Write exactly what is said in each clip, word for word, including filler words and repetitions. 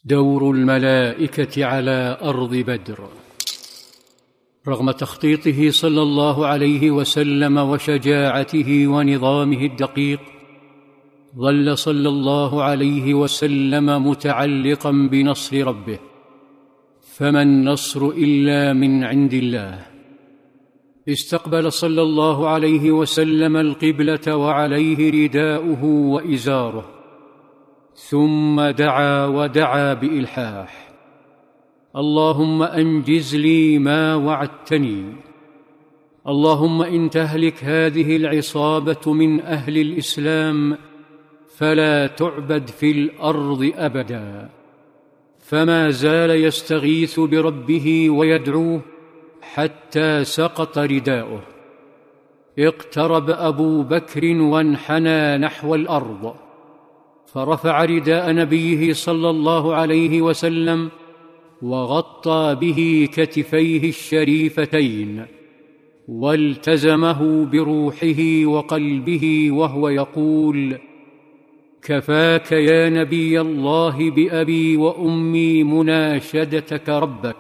دور الملائكة على أرض بدر. رغم تخطيطه صلى الله عليه وسلم وشجاعته ونظامه الدقيق، ظل صلى الله عليه وسلم متعلقا بنصر ربه، فما النصر إلا من عند الله. استقبل صلى الله عليه وسلم القبلة وعليه رداؤه وإزاره، ثم دعا ودعا بإلحاح: اللهم أنجز لي ما وعدتني، اللهم إن تهلك هذه العصابة من أهل الإسلام فلا تعبد في الأرض أبدا. فما زال يستغيث بربه ويدعوه حتى سقط رداؤه. اقترب أبو بكر وانحنى نحو الأرض، فرفع رداء نبيه صلى الله عليه وسلم وغطى به كتفيه الشريفتين، والتزمه بروحه وقلبه وهو يقول: كفاك يا نبي الله بأبي وأمي مناشدتك ربك،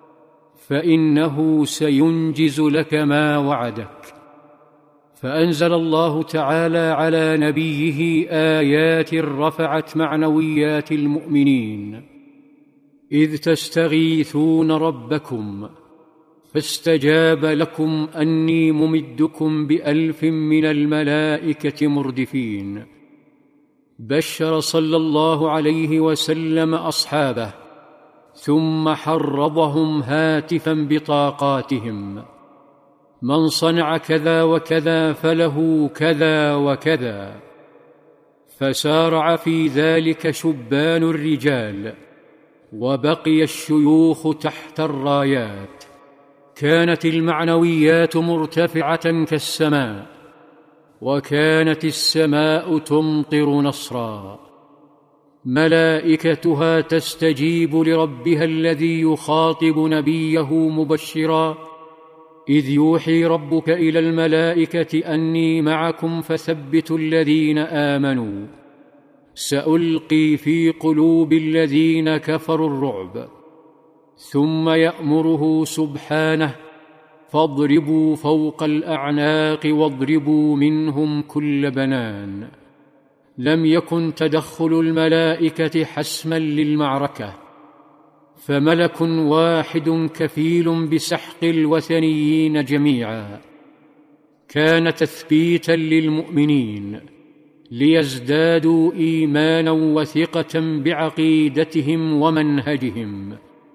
فإنه سينجز لك ما وعدك. فأنزل الله تعالى على نبيه آيات رفعت معنويات المؤمنين: إذ تستغيثون ربكم فاستجاب لكم أني ممدكم بألف من الملائكة مردفين. بشر صلى الله عليه وسلم أصحابه، ثم حرضهم هاتفا بطاقاتهم: من صنع كذا وكذا فله كذا وكذا. فسارع في ذلك شبان الرجال، وبقي الشيوخ تحت الرايات. كانت المعنويات مرتفعة كالسماء، وكانت السماء تمطر نصرا، ملائكتها تستجيب لربها الذي يخاطب نبيه مبشرا: إذ يوحي ربك إلى الملائكة أني معكم فثبتوا الذين آمنوا، سألقي في قلوب الذين كفروا الرعب. ثم يأمره سبحانه: فاضربوا فوق الأعناق واضربوا منهم كل بنان. لم يكن تدخل الملائكة حسما للمعركة، فملك واحد كفيل بسحق الوثنيين جميعا. كان تثبيتا للمؤمنين ليزدادوا إيمانا وثقة بعقيدتهم ومنهجهم،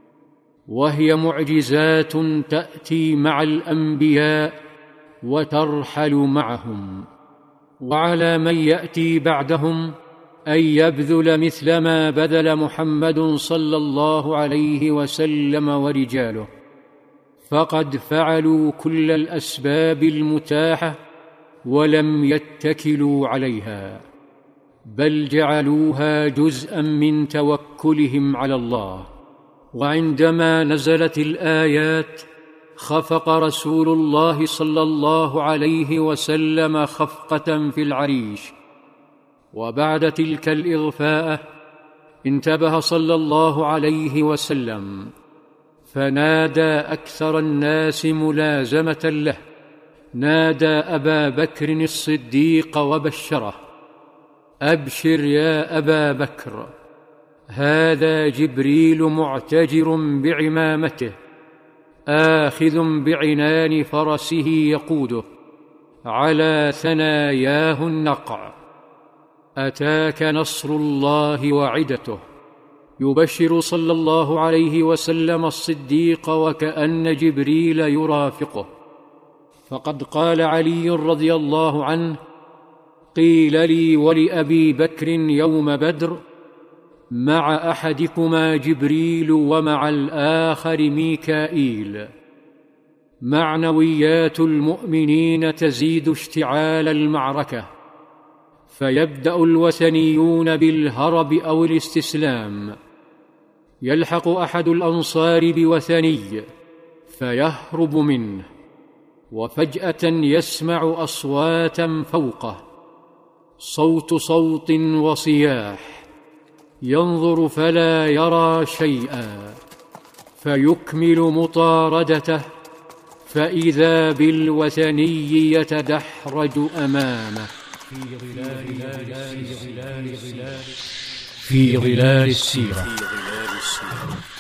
وهي معجزات تأتي مع الأنبياء وترحل معهم. وعلى من يأتي بعدهم أن يبذل مثل ما بذل محمد صلى الله عليه وسلم ورجاله، فقد فعلوا كل الأسباب المتاحة ولم يتكلوا عليها، بل جعلوها جزءا من توكلهم على الله. وعندما نزلت الآيات خفق رسول الله صلى الله عليه وسلم خفقة في العريش، وبعد تلك الإغفاءة انتبه صلى الله عليه وسلم، فنادى أكثر الناس ملازمة له، نادى أبا بكر الصديق وبشره: أبشر يا أبا بكر، هذا جبريل معتجر بعمامته، آخذ بعنان فرسه يقوده، على ثناياه النقع. أتاك نصر الله وعدته. يبشر صلى الله عليه وسلم الصديق وكأن جبريل يرافقه. فقد قال علي رضي الله عنه: قيل لي ولأبي بكر يوم بدر: مع أحدكما جبريل ومع الآخر ميكائيل. معنويات المؤمنين تزيد اشتعال المعركة، فيبدأ الوثنيون بالهرب أو الاستسلام. يلحق أحد الأنصار بوثني فيهرب منه، وفجأة يسمع أصواتا فوقه، صوت صوت وصياح، ينظر فلا يرى شيئا فيكمل مطاردته، فإذا بالوثني يتدحرج أمامه في ظلال السيرة.